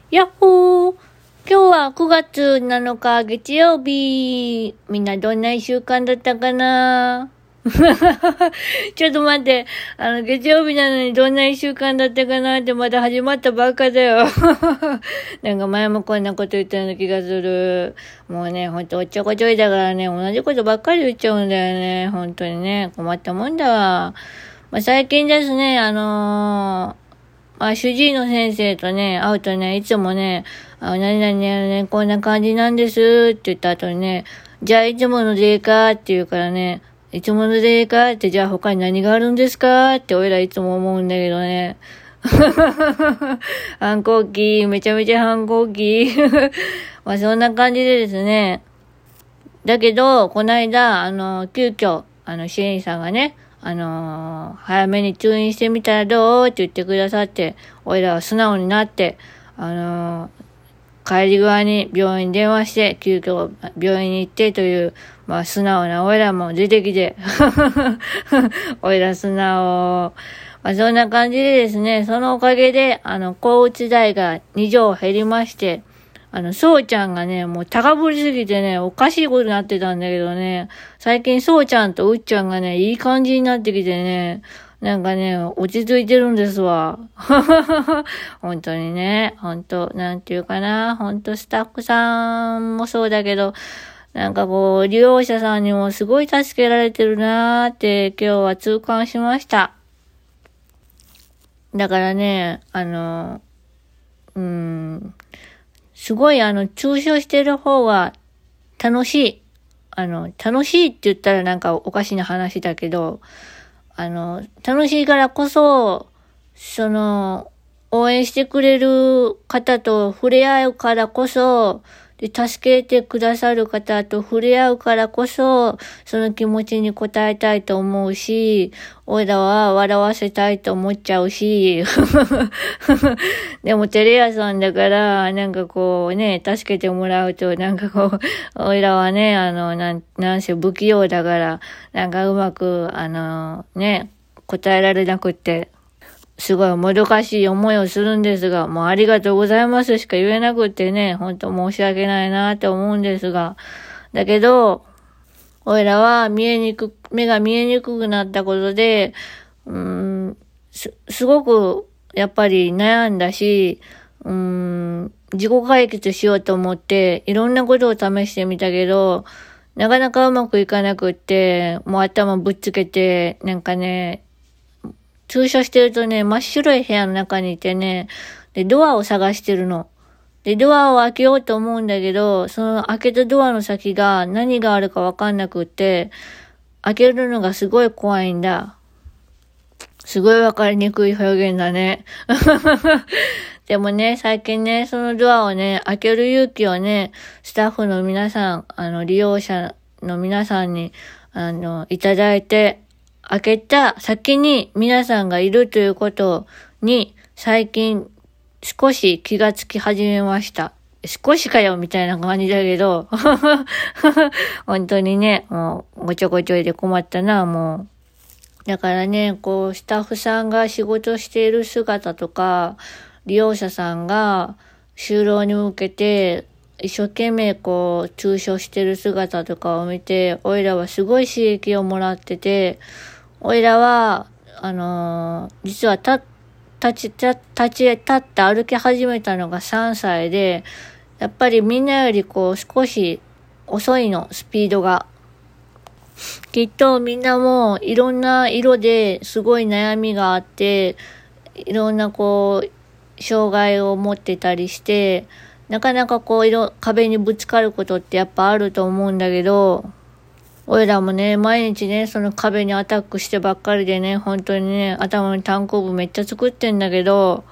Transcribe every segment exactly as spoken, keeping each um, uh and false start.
やっほー。今日はくがつなのか月曜日。みんなどんな一週間だったかなちょっと待って。あの、月曜日なのにどんな一週間だったかなってまだ始まったばっかだよ。なんか前もこんなこと言ったような気がする。もうね、ほんとおっちょこちょいだからね、同じことばっかり言っちゃうんだよね。本当にね、困ったもんだわ。まあ、最近ですね、あのー、まあ、主治医の先生とね、会うとね、いつもね、あ、何々ね、こんな感じなんですって言った後にね、じゃあいつものでいいかって言うからね、いつものでいいかって、じゃあ他に何があるんですかっておいらいつも思うんだけどね。反抗期、めちゃめちゃ反抗期。まあそんな感じでですね。だけど、この間、あの、急遽、あの、支援員さんがね、あのー、早めに通院してみたらどうって言ってくださって、おいらは素直になって、あのー、帰り際に病院に電話して、急遽病院に行ってという、まあ素直なおいらも出てきて、おいら素直。まあそんな感じでですね、そのおかげで、あの、抗うつ剤がに錠減りまして、あの、そうちゃんがね、もう高ぶりすぎてね、おかしいことになってたんだけどね、最近そうちゃんとうっちゃんがね、いい感じになってきてね、なんかね、落ち着いてるんですわ。本当にね、本当なんていうかな、本当スタッフさんもそうだけど、なんかこう、利用者さんにもすごい助けられてるなーって今日は痛感しました。だからね、あの、うーん、すごいあの、抽象してる方が楽しい。あの、楽しいって言ったらなんかおかしな話だけど、あの、楽しいからこそ、その、応援してくれる方と触れ合うからこそ、で、助けてくださる方と触れ合うからこそ、その気持ちに応えたいと思うし、おいらは笑わせたいと思っちゃうし、でもテレ屋さんだから、なんかこうね、助けてもらうと、なんかこう、おいらはね、あの、なん、なんせ不器用だから、なんかうまく、あの、ね、答えられなくって、すごいもどかしい思いをするんですが、もうありがとうございますしか言えなくってね、ほんと申し訳ないなって思うんですが、だけど、おいらは見えにく、目が見えにくくなったことで、うーん、す、すごくやっぱり悩んだし、うーん、自己解決しようと思って、いろんなことを試してみたけど、なかなかうまくいかなくって、もう頭ぶっつけて、なんかね、駐車してるとね、真っ白い部屋の中にいてね、で、ドアを探してるの。で、ドアを開けようと思うんだけど、その開けたドアの先が何があるかわかんなくって、開けるのがすごい怖いんだ。すごいわかりにくい表現だね。でもね、最近ね、そのドアをね、開ける勇気をね、スタッフの皆さん、あの、利用者の皆さんに、あの、いただいて、開けた先に皆さんがいるということに最近少し気がつき始めました。少しかよみたいな感じだけど、本当にね、もうごちょごちょいで困ったな、もう。だからね、こうスタッフさんが仕事している姿とか、利用者さんが就労に向けて一生懸命こう中傷してる姿とかを見て、おいらはすごい刺激をもらってて、おいらは、あのー、実はた、立ち、立ち、立って歩き始めたのがさんさいで、やっぱりみんなよりこう少し遅いの、スピードが。きっとみんなもいろんな色ですごい悩みがあって、いろんなこう、障害を持ってたりして、なかなかこう、色、壁にぶつかることってやっぱあると思うんだけど、おいらもね、毎日ね、その壁にアタックしてばっかりでね、本当にね、頭に単行部めっちゃ作ってんだけど、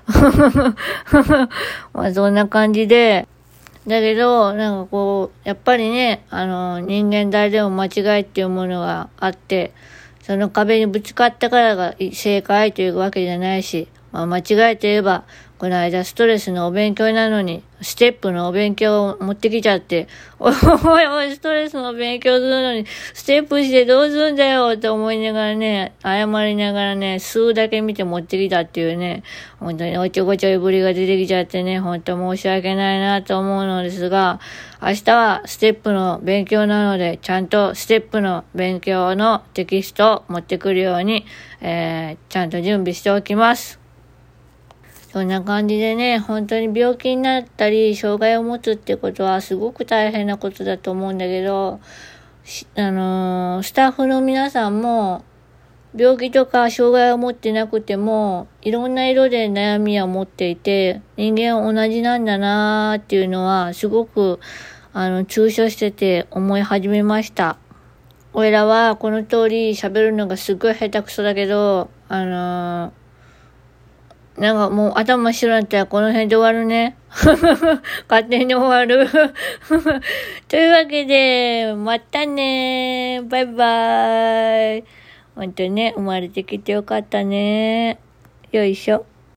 まあそんな感じで、だけど、なんかこう、やっぱりね、あの、人間誰でも間違いっていうものがあって、その壁にぶつかったからが正解というわけじゃないし、まあ間違いといえば、 この間ストレスのお勉強なのに、ステップのお勉強を持ってきちゃって、おいおい、ストレスの勉強するのに、ステップしてどうすんだよって思いながらね、謝りながらね、数だけ見て持ってきたっていうね、本当におちょこちょいぶりが出てきちゃってね、本当申し訳ないなと思うのですが、明日はステップの勉強なので、ちゃんとステップの勉強のテキストを持ってくるように、えー、ちゃんと準備しておきます。そんな感じでね、本当に病気になったり、障害を持つってことはすごく大変なことだと思うんだけど、あのー、スタッフの皆さんも、病気とか障害を持ってなくても、いろんな色で悩みを持っていて、人間は同じなんだなーっていうのは、すごく、あの、抽象してて思い始めました。俺らはこの通り喋るのがすごい下手くそだけど、あのー、なんかもう頭真っ白になったらこの辺で終わるね。勝手に終わる。というわけで、またね。バイバーイ。ほんとね、生まれてきてよかったね。よいしょ。